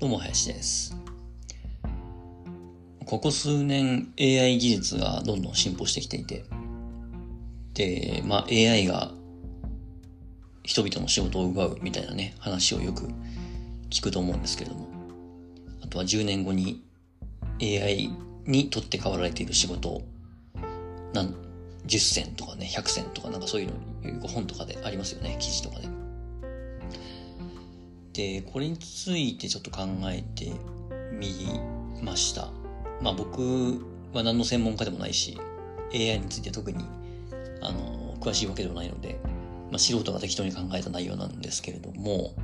どうも林です。ここ数年 AI 技術がどんどん進歩してきていて、で、AI が人々の仕事を奪うみたいなね、話をよく聞くと思うんですけれども、あとは10年後に AI に取って代わられている仕事、10選とかね、100選とかそういうの、本とかでありますよね、記事とかで。で、これについてちょっと考えてみました。僕は何の専門家でもないし、AI について特に詳しいわけではないので、素人が適当に考えた内容なんですけれども、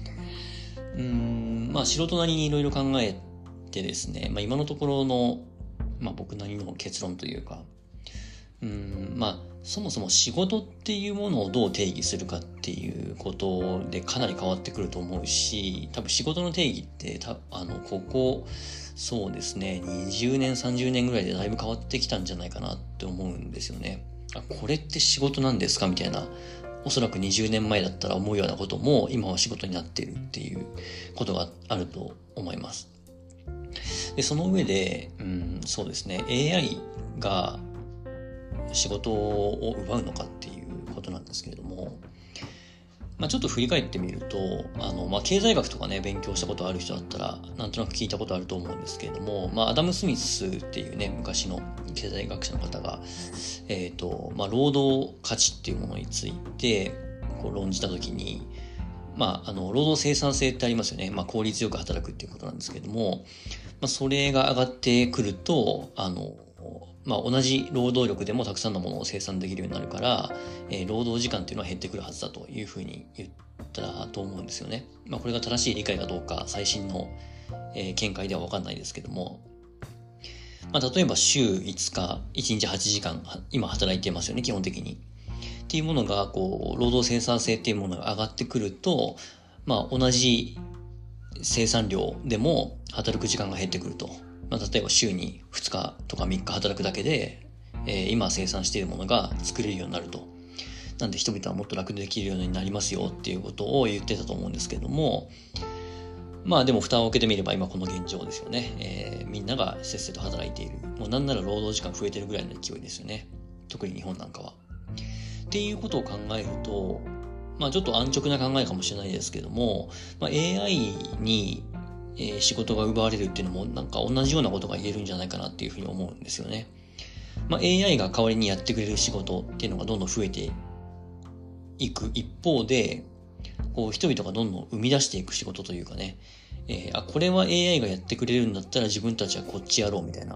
素人なりにいろいろ考えてですね、今のところの、僕なりの結論というか、そもそも仕事っていうものをどう定義するかっていうことでかなり変わってくると思うし、多分仕事の定義ってここそうですね20年30年ぐらいでだいぶ変わってきたんじゃないかなって思うんですよね。これって仕事なんですかみたいな、おそらく20年前だったら思うようなことも今は仕事になっているっていうことがあると思います。でその上で、そうですね AI が仕事を奪うのかっていうことなんですけれども、ちょっと振り返ってみると、経済学とかね、勉強したことある人だったら、なんとなく聞いたことあると思うんですけれども、アダム・スミスっていうね、昔の経済学者の方が、労働価値っていうものについて、論じたときに、労働生産性ってありますよね。効率よく働くっていうことなんですけれども、それが上がってくると、同じ労働力でもたくさんのものを生産できるようになるから、労働時間っていうのは減ってくるはずだというふうに言ったと思うんですよね。これが正しい理解かどうか最新の、見解では分かんないですけども、例えば週5日1日8時間今働いてますよね、基本的にっていうものが労働生産性っていうものが上がってくると、同じ生産量でも働く時間が減ってくると。例えば週に2日とか3日働くだけで、今生産しているものが作れるようになると。なんで人々はもっと楽にできるようになりますよっていうことを言ってたと思うんですけども、でも蓋を開けてみれば今この現状ですよね。みんながせっせと働いている。もうなんなら労働時間増えてるぐらいの勢いですよね。特に日本なんかは。っていうことを考えると、ちょっと安直な考えかもしれないですけども、AI に仕事が奪われるっていうのも同じようなことが言えるんじゃないかなっていうふうに思うんですよね。AI が代わりにやってくれる仕事っていうのがどんどん増えていく一方で、人々がどんどん生み出していく仕事というかね、これは AI がやってくれるんだったら自分たちはこっちやろうみたいな。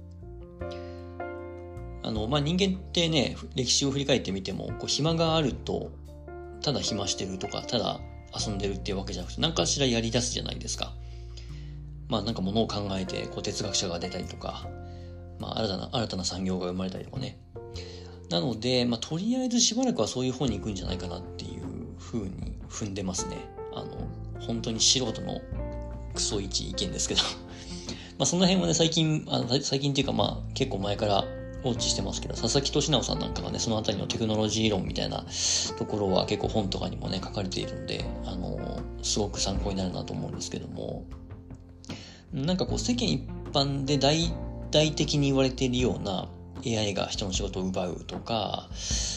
人間ってね、歴史を振り返ってみても、暇があるとただ暇してるとかただ遊んでるっていうわけじゃなくて、何かしらやり出すじゃないですか。物を考えて哲学者が出たりとか、新たな産業が生まれたりとかね。なので、とりあえずしばらくはそういう方に行くんじゃないかなっていう風に踏んでますね。本当に素人のクソ一意見ですけどその辺はね、最近っていうか結構前からウォッチしてますけど、佐々木俊直さんなんかがね、そのあたりのテクノロジー論みたいなところは結構本とかにもね、書かれているので、すごく参考になるなと思うんですけども、世間一般で大々的に言われているような AI が人の仕事を奪うとか、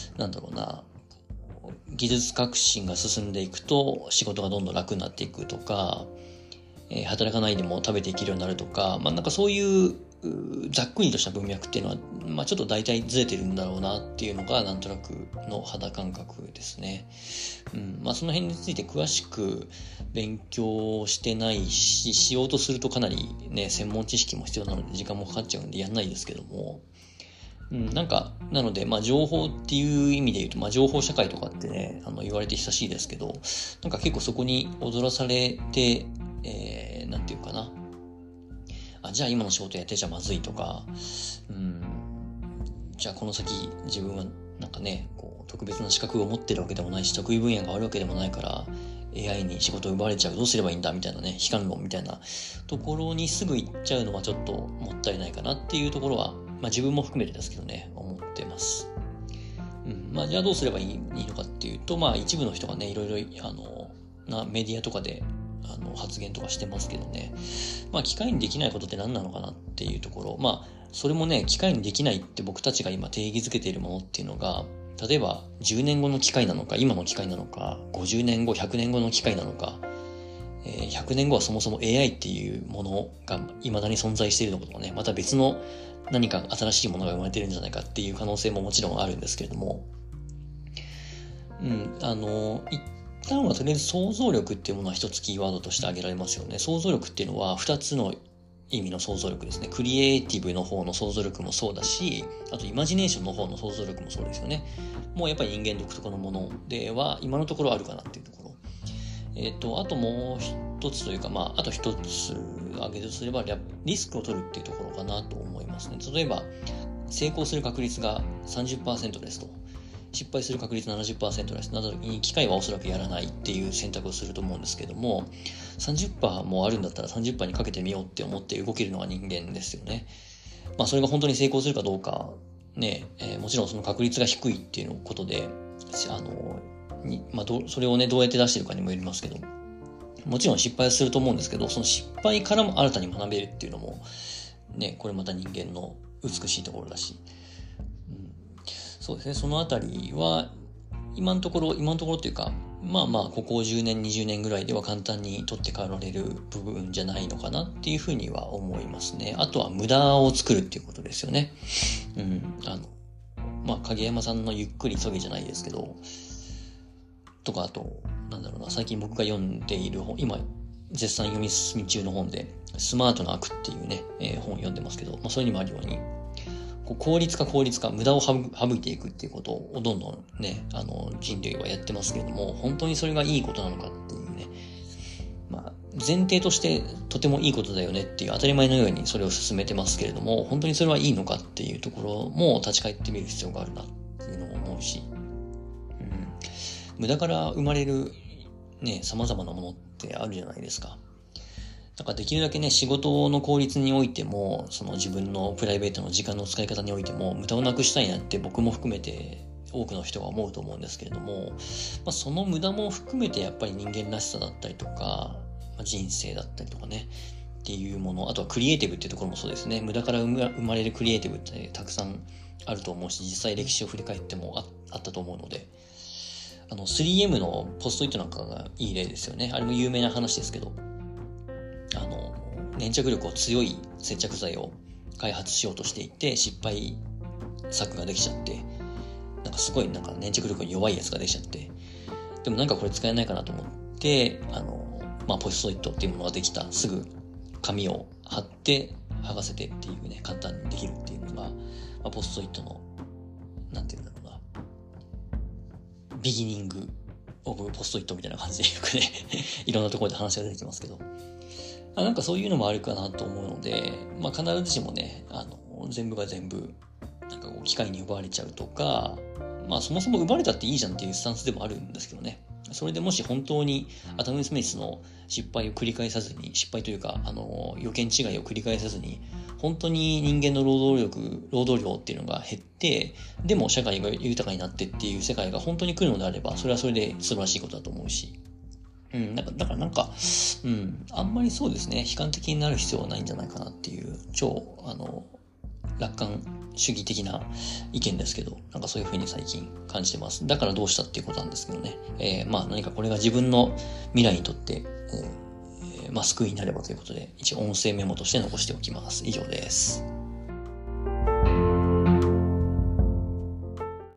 技術革新が進んでいくと仕事がどんどん楽になっていくとか、働かないでも食べていけるようになるとか、そういうざっくりとした文脈っていうのは、ちょっと大体ずれてるんだろうなっていうのがなんとなくの肌感覚ですね。その辺について詳しく勉強してないし、しようとするとかなりね、専門知識も必要なので時間もかかっちゃうんでやんないですけども、なので、情報っていう意味で言うと、情報社会とかってね、言われて久しいですけど、結構そこに踊らされて、なんていうかな。じゃあ今の仕事やってちゃまずいとか、じゃあこの先自分は特別な資格を持ってるわけでもないし、得意分野があるわけでもないから、AI に仕事を奪われちゃう、どうすればいいんだみたいなね、悲観論みたいなところにすぐ行っちゃうのはちょっともったいないかなっていうところは、自分も含めてですけどね、思ってます。じゃあどうすればいいのかっていうと、一部の人がね、いろいろメディアとかで発言とかしてますけどね。まあ、機械にできないことって何なのかなっていうところ。まあ、それもね、機械にできないって僕たちが今定義づけているものっていうのが、例えば10年後の機械なのか、今の機械なのか、50年後、100年後の機械なのか、100年後はそもそも AI っていうものが未だに存在しているのかとかね、また別の何か新しいものが生まれてるんじゃないかっていう可能性ももちろんあるんですけれども、一旦はとりあえず想像力っていうものは一つキーワードとして挙げられますよね。想像力っていうのは二つの意味の想像力ですね。クリエイティブの方の想像力もそうだし、あとイマジネーションの方の想像力もそうですよね。もうやっぱり人間独特のものでは今のところあるかなっていうところ。あともう一つというか、あと一つ挙げるとすれば、リスクを取るっていうところかなと思いますね。例えば、成功する確率が 30% ですと。失敗する確率 70% です。などに機械はおそらくやらないっていう選択をすると思うんですけども、30% もあるんだったら 30% にかけてみようって思って動けるのが人間ですよね。それが本当に成功するかどうか、ね、もちろんその確率が低いっていうことで、それをね、どうやって出してるかにもよりますけど、もちろん失敗すると思うんですけど、その失敗からも新たに学べるっていうのも、ね、これまた人間の美しいところだし、そうですね、そのあたりは、今のところっていうか、ここ10年、20年ぐらいでは簡単に取って代わられる部分じゃないのかなっていうふうには思いますね。あとは無駄を作るっていうことですよね。影山さんのゆっくり急げじゃないですけど、とか、あと、最近僕が読んでいる本、今、絶賛読み進み中の本で、スマートな悪っていうね、本を読んでますけど、それにもあるように、効率化、無駄を省いていくっていうことをどんどんね、人類はやってますけれども、本当にそれがいいことなのかっていうね、前提としてとてもいいことだよねっていう当たり前のようにそれを進めてますけれども、本当にそれはいいのかっていうところも立ち返ってみる必要があるなっていうのも思うし、無駄から生まれるね、様々なものってあるじゃないですか。だからできるだけね、仕事の効率においても、その自分のプライベートの時間の使い方においても、無駄をなくしたいなって僕も含めて多くの人が思うと思うんですけれども、その無駄も含めてやっぱり人間らしさだったりとか、人生だったりとかね、っていうもの、あとはクリエイティブっていうところもそうですね。無駄から生まれるクリエイティブってたくさんあると思うし、実際歴史を振り返ってもあったと思うので、3M のポストイットなんかがいい例ですよね。あれも有名な話ですけど、粘着力を強い接着剤を開発しようとしていて、失敗作ができちゃって、すごい粘着力に弱いやつができちゃって、でもこれ使えないかなと思って、ポストイットっていうものができた。すぐ紙を貼って剥がせてっていうね、簡単にできるっていうのが、ポストイットの、ビギニングオブポストイットみたいな感じでよくね、いろんなところで話が出てきますけど、そういうのもあるかなと思うので、必ずしもね、全部が全部、機械に奪われちゃうとか、そもそも奪われたっていいじゃんっていうスタンスでもあるんですけどね。それでもし本当にアダム・スミスの失敗を繰り返さずに、失敗というか、予見違いを繰り返さずに、本当に人間の労働量っていうのが減って、でも社会が豊かになってっていう世界が本当に来るのであれば、それはそれで素晴らしいことだと思うし。だからあんまりそうですね、悲観的になる必要はないんじゃないかなっていう、超、楽観主義的な意見ですけど、そういう風に最近感じてます。だからどうしたっていうことなんですけどね。何かこれが自分の未来にとって、救いになればということで、一応音声メモとして残しておきます。以上です。